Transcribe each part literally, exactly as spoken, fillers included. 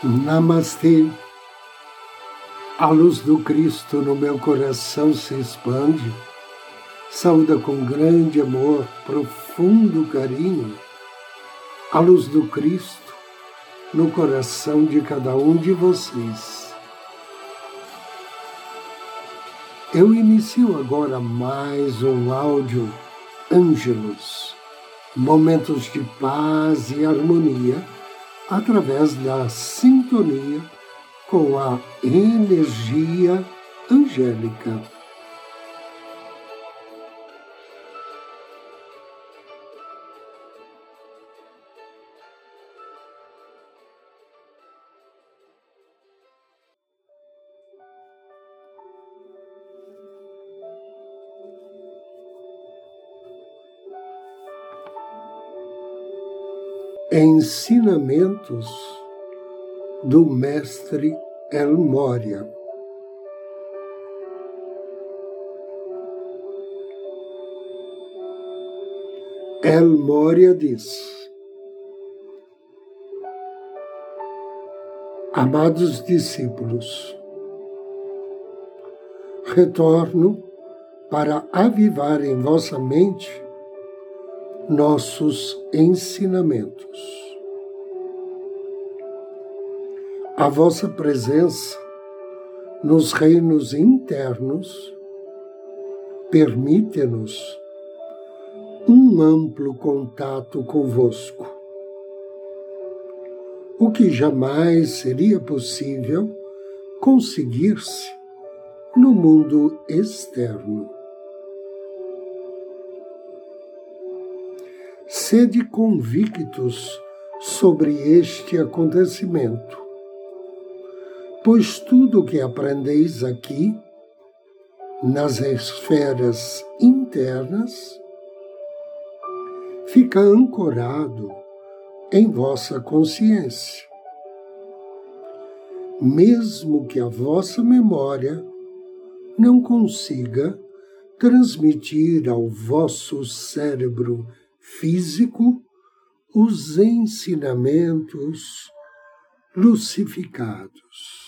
Namastê. A luz do Cristo no meu coração se expande, saúda com grande amor, profundo carinho, a luz do Cristo no coração de cada um de vocês. Eu inicio agora mais um áudio Ângelos, momentos de paz e harmonia, através da sintonia com a energia angélica. Ensinamentos do Mestre El Morya. El Morya diz: Amados discípulos, retorno para avivar em vossa mente nossos ensinamentos. A vossa presença nos reinos internos permite-nos um amplo contato convosco, o que jamais seria possível conseguir-se no mundo externo. Sede convictos sobre este acontecimento, pois tudo o que aprendeis aqui, nas esferas internas, fica ancorado em vossa consciência, mesmo que a vossa memória não consiga transmitir ao vosso cérebro físico os ensinamentos lucificados.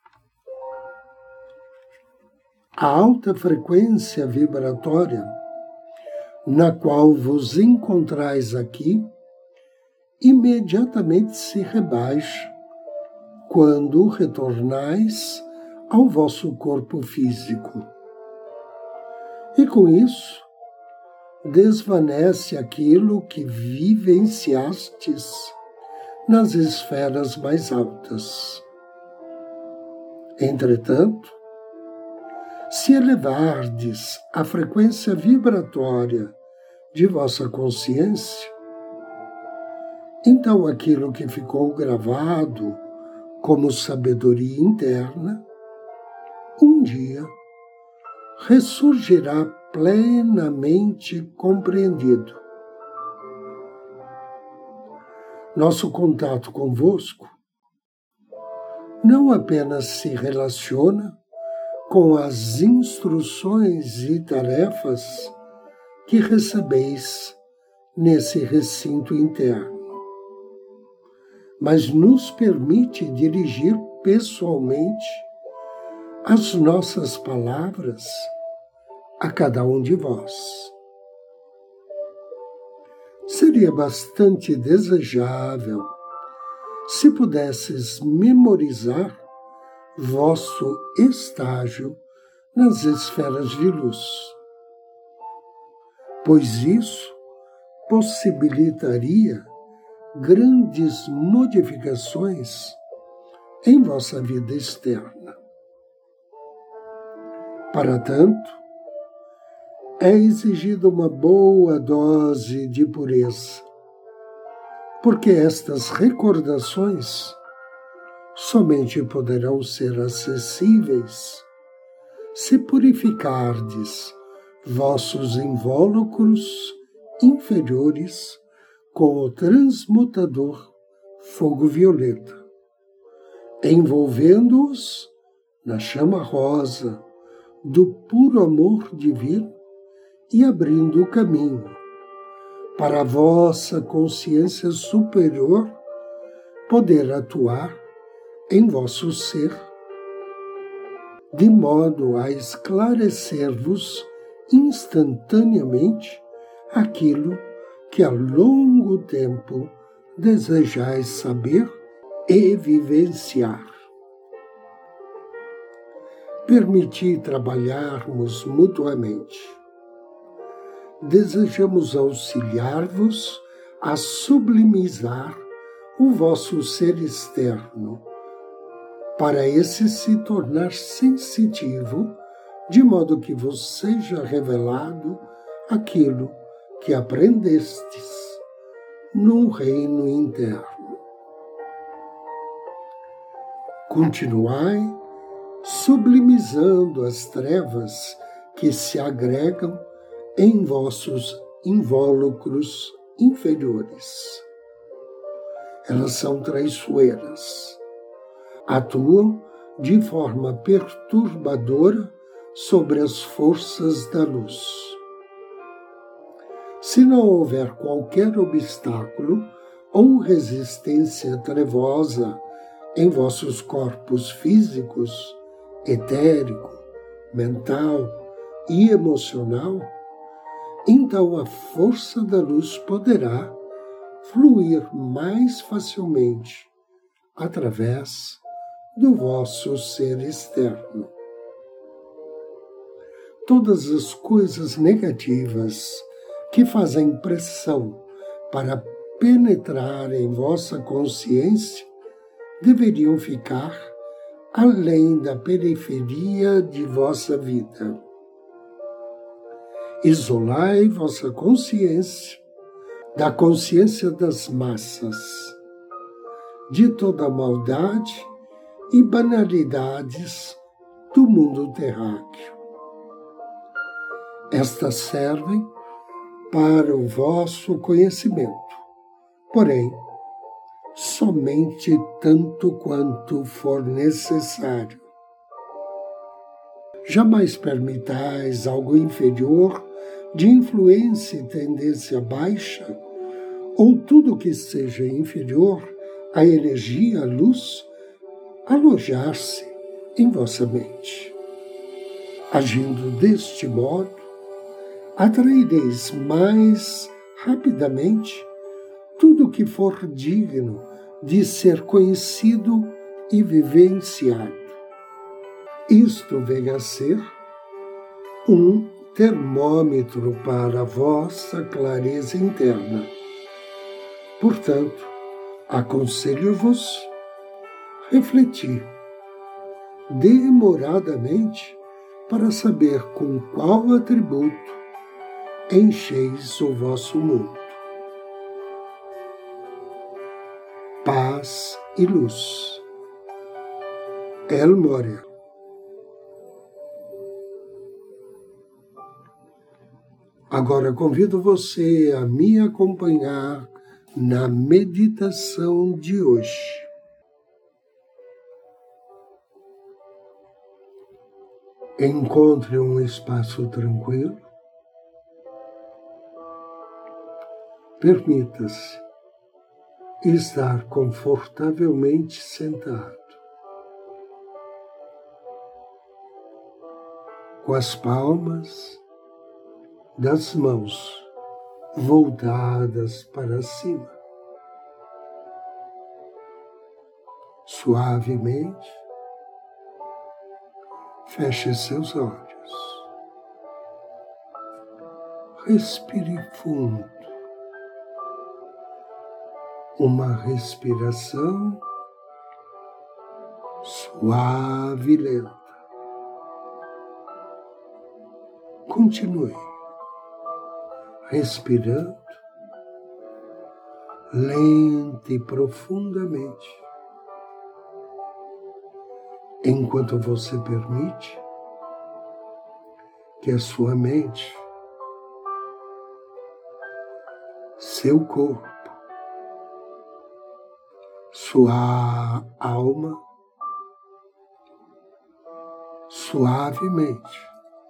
A alta frequência vibratória na qual vos encontrais aqui imediatamente se rebaixa quando retornais ao vosso corpo físico. E com isso, desvanece aquilo que vivenciastes nas esferas mais altas. Entretanto, se elevardes a frequência vibratória de vossa consciência, então aquilo que ficou gravado como sabedoria interna, um dia ressurgirá plenamente compreendido. Nosso contato convosco não apenas se relaciona com as instruções e tarefas que recebeis nesse recinto interno, mas nos permite dirigir pessoalmente as nossas palavras a cada um de vós. Seria bastante desejável se pudesses memorizar vosso estágio nas esferas de luz, pois isso possibilitaria grandes modificações em vossa vida externa. Para tanto, é exigida uma boa dose de pureza, porque estas recordações somente poderão ser acessíveis se purificardes vossos invólucros inferiores com o transmutador fogo violeta, envolvendo-os na chama rosa do puro amor divino e abrindo o caminho para a vossa consciência superior poder atuar em vosso ser, de modo a esclarecer-vos instantaneamente aquilo que há longo tempo desejais saber e vivenciar. Permiti trabalharmos mutuamente. Desejamos auxiliar-vos a sublimizar o vosso ser externo, para esse se tornar sensitivo, de modo que vos seja revelado aquilo que aprendestes no reino interno. Continuai sublimizando as trevas que se agregam em vossos invólucros inferiores. Elas são traiçoeiras, atuam de forma perturbadora sobre as forças da luz. Se não houver qualquer obstáculo ou resistência trevosa em vossos corpos físicos, etérico, mental e emocional, então a força da luz poderá fluir mais facilmente através do vosso ser externo. Todas as coisas negativas que fazem pressão para penetrar em vossa consciência deveriam ficar além da periferia de vossa vida. Isolai vossa consciência da consciência das massas, de toda a maldade e banalidades do mundo terráqueo. Estas servem para o vosso conhecimento, porém, somente tanto quanto for necessário. Jamais permitais algo inferior, de influência e tendência baixa, ou tudo que seja inferior à energia, à luz, alojar-se em vossa mente. Agindo deste modo, atraireis mais rapidamente tudo que for digno de ser conhecido e vivenciado. Isto vem a ser um termômetro para a vossa clareza interna. Portanto, aconselho-vos refletir demoradamente para saber com qual atributo encheis o vosso mundo. Paz e luz. El Morya. Agora convido você a me acompanhar na meditação de hoje. Encontre um espaço tranquilo. Permita-se estar confortavelmente sentado, com as palmas das mãos voltadas para cima. Suavemente, feche seus olhos. Respire fundo. Uma respiração suave e lenta. Continue respirando lenta e profundamente, enquanto você permite que a sua mente, seu corpo, sua alma, suavemente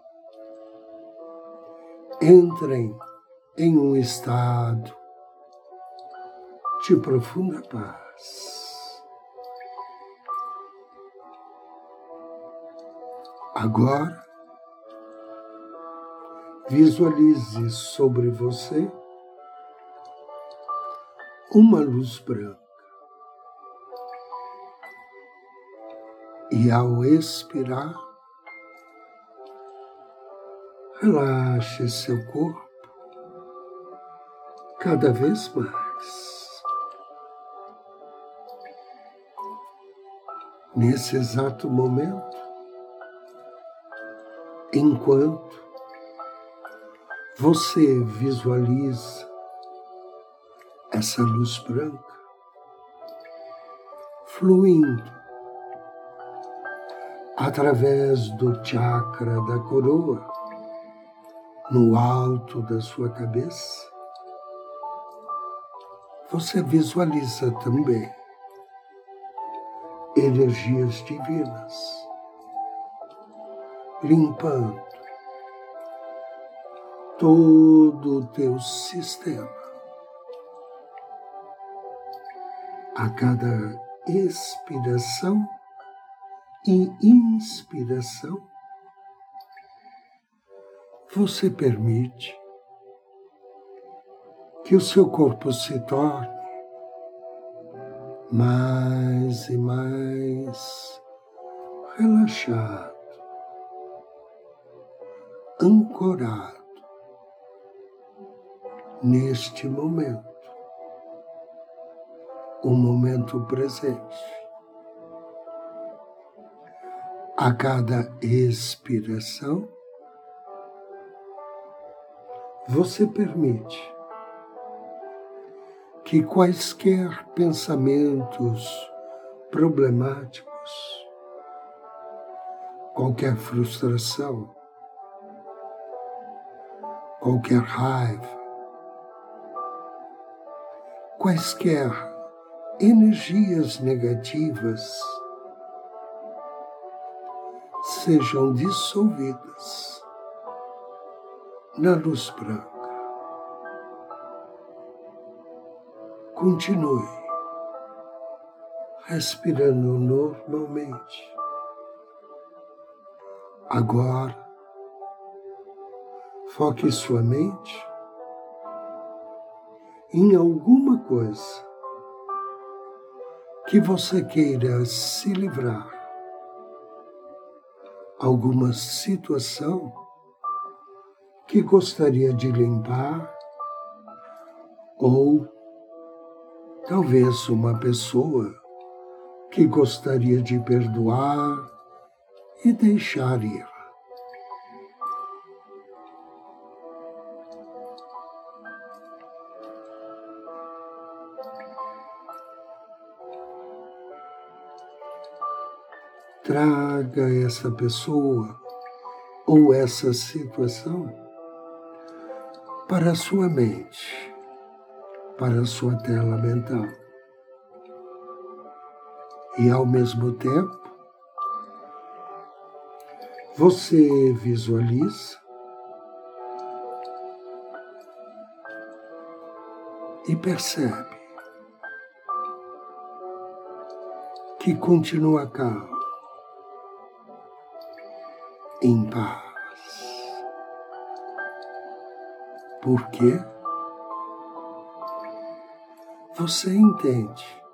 entrem em um estado de profunda paz. Agora, visualize sobre você uma luz branca. E ao expirar, relaxe seu corpo cada vez mais. Nesse exato momento, enquanto você visualiza essa luz branca fluindo através do chakra da coroa, no alto da sua cabeça, você visualiza também energias divinas limpando todo o teu sistema. A cada expiração e inspiração, você permite que o seu corpo se torne mais e mais relaxado, ancorado neste momento, o momento presente. A cada expiração, você permite que quaisquer pensamentos problemáticos, qualquer frustração, qualquer raiva, quaisquer energias negativas sejam dissolvidas na luz branca. Continue respirando normalmente. Agora, foque sua mente em alguma coisa que você queira se livrar, alguma situação que gostaria de limpar, ou talvez uma pessoa que gostaria de perdoar e deixar ir. Traga essa pessoa ou essa situação para a sua mente, para a sua tela mental. E, ao mesmo tempo, você visualiza e percebe que continua calmo, em paz. Por quê? Você entende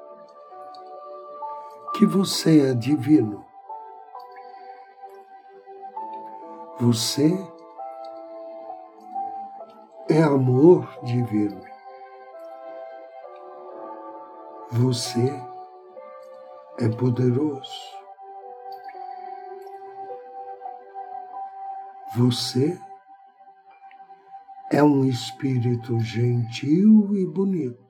que você é divino. Você é amor divino. Você é poderoso. Você é um espírito gentil e bonito.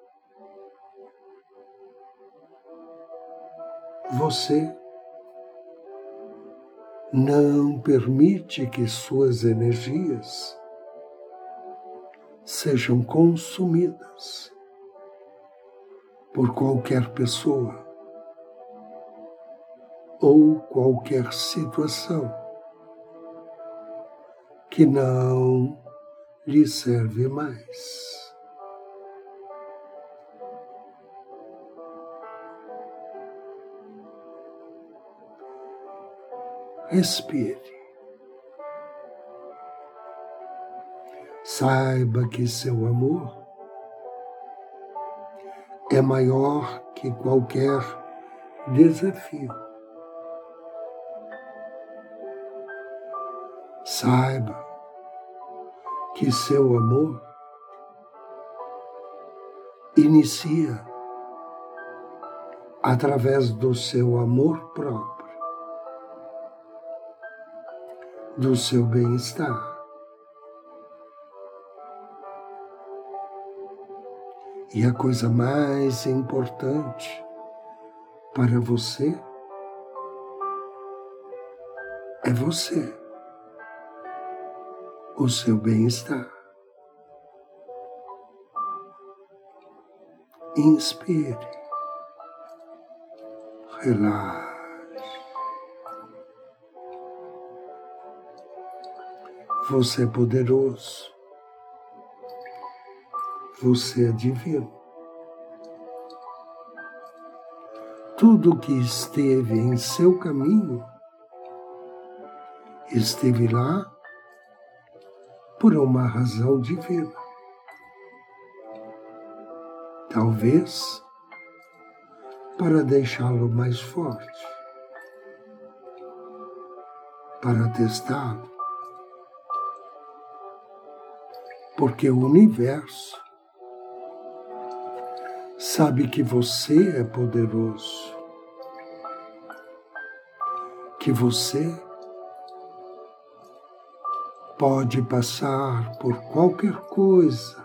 Você não permite que suas energias sejam consumidas por qualquer pessoa ou qualquer situação que não lhe serve mais. Respire. Saiba que seu amor é maior que qualquer desafio. Saiba que seu amor inicia através do seu amor próprio, do seu bem-estar. E a coisa mais importante para você é você, o seu bem-estar. Inspire, relaxe. Você é poderoso. Você é divino. Tudo que esteve em seu caminho esteve lá por uma razão divina. Talvez para deixá-lo mais forte, para testá-lo, porque o universo sabe que você é poderoso, que você pode passar por qualquer coisa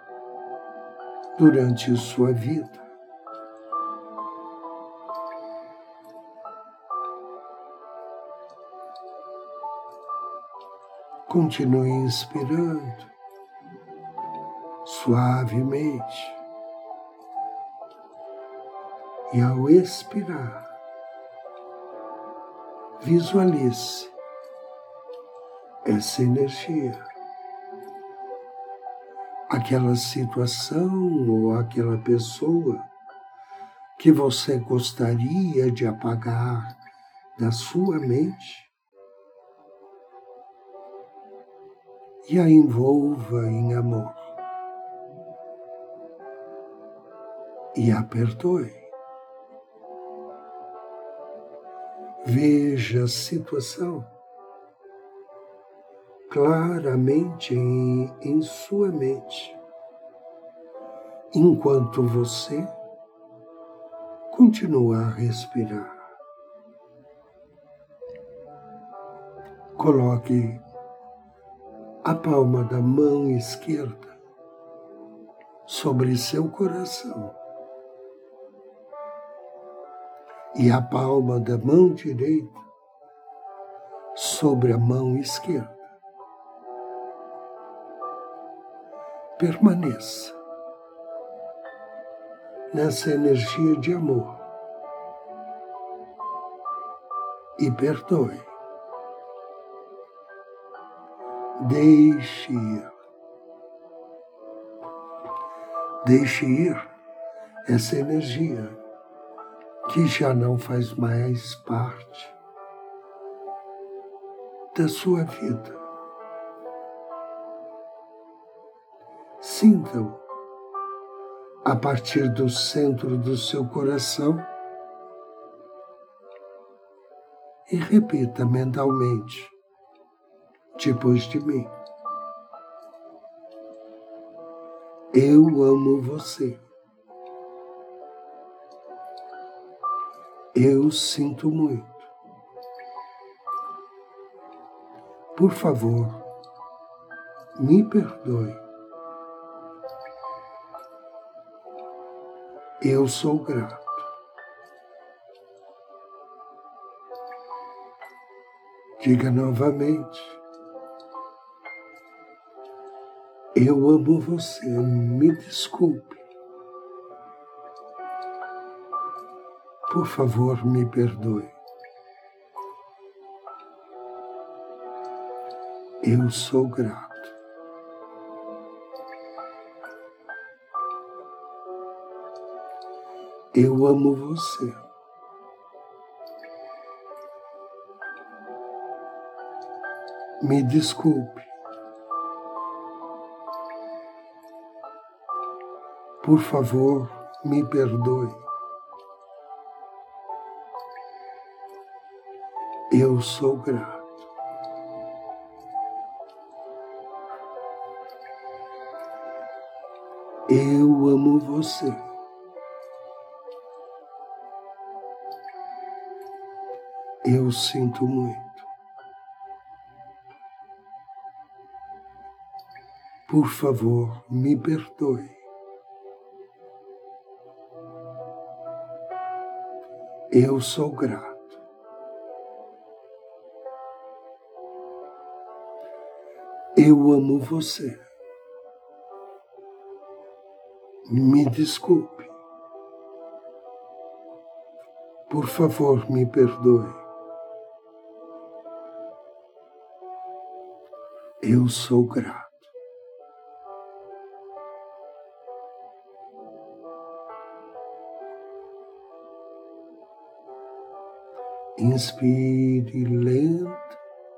durante sua vida. Continue inspirando suavemente. E ao expirar, visualize essa energia, aquela situação ou aquela pessoa que você gostaria de apagar da sua mente e a envolva em amor e a perdoe. Veja a situação claramente em, em sua mente, enquanto você continua a respirar. Coloque a palma da mão esquerda sobre seu coração e a palma da mão direita sobre a mão esquerda. Permaneça nessa energia de amor e perdoe. Deixe ir. Deixe ir essa energia que já não faz mais parte da sua vida. Sinta-o a partir do centro do seu coração e repita mentalmente, depois de mim: eu amo você. Eu sinto muito. Por favor, me perdoe. Eu sou grato. Diga novamente: eu amo você, me desculpe. Por favor, me perdoe. Eu sou grato. Eu amo você. Me desculpe. Por favor, me perdoe. Eu sou grato. Eu amo você. Eu sinto muito. Por favor, me perdoe. Eu sou grato. Eu amo você. Me desculpe. Por favor, me perdoe. Eu sou grato. Inspire lento,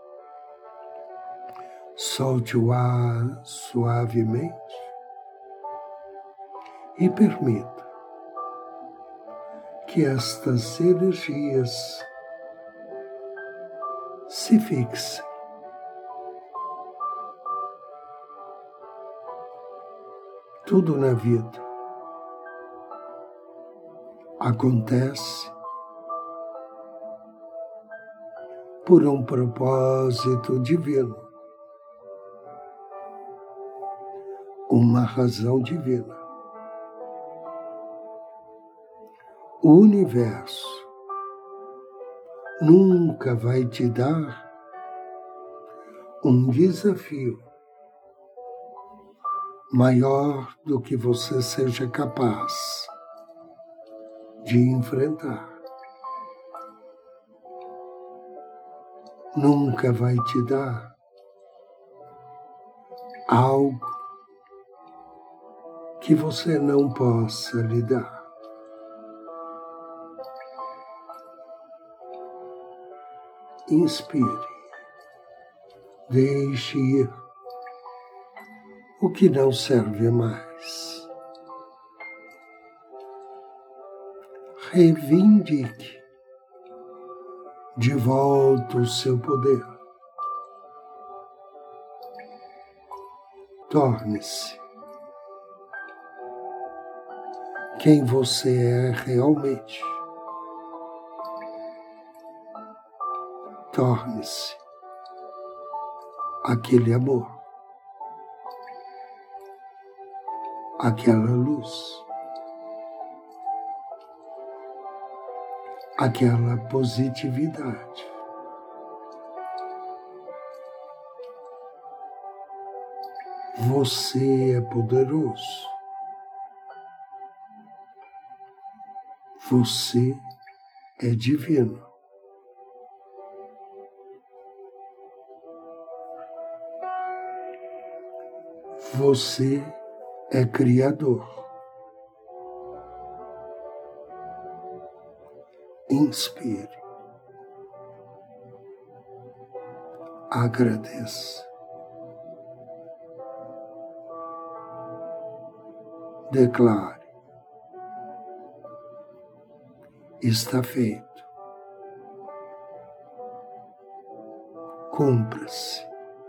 solte o ar suavemente e permita que estas energias se fixem. Tudo na vida acontece por um propósito divino, uma razão divina. O universo nunca vai te dar um desafio maior do que você seja capaz de enfrentar. Nunca vai te dar algo que você não possa lidar. Inspire, deixe ir o que não serve mais. Reivindique de volta o seu poder. Torne-se quem você é realmente. Torne-se aquele amor, aquela luz, aquela positividade. Você é poderoso. Você é divino. Você é criador. Inspire. Agradeça. Declare. Está feito. Cumpra-se.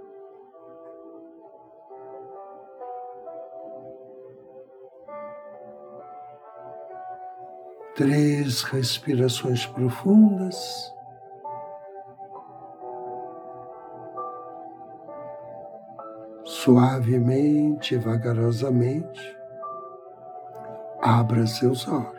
Três respirações profundas. Suavemente, vagarosamente, abra seus olhos.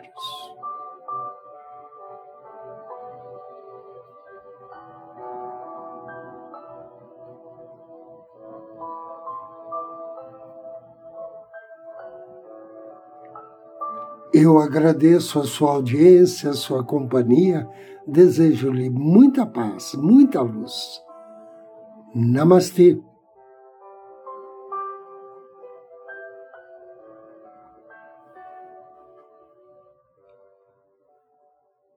Eu agradeço a sua audiência, a sua companhia, desejo-lhe muita paz, muita luz. Namastê.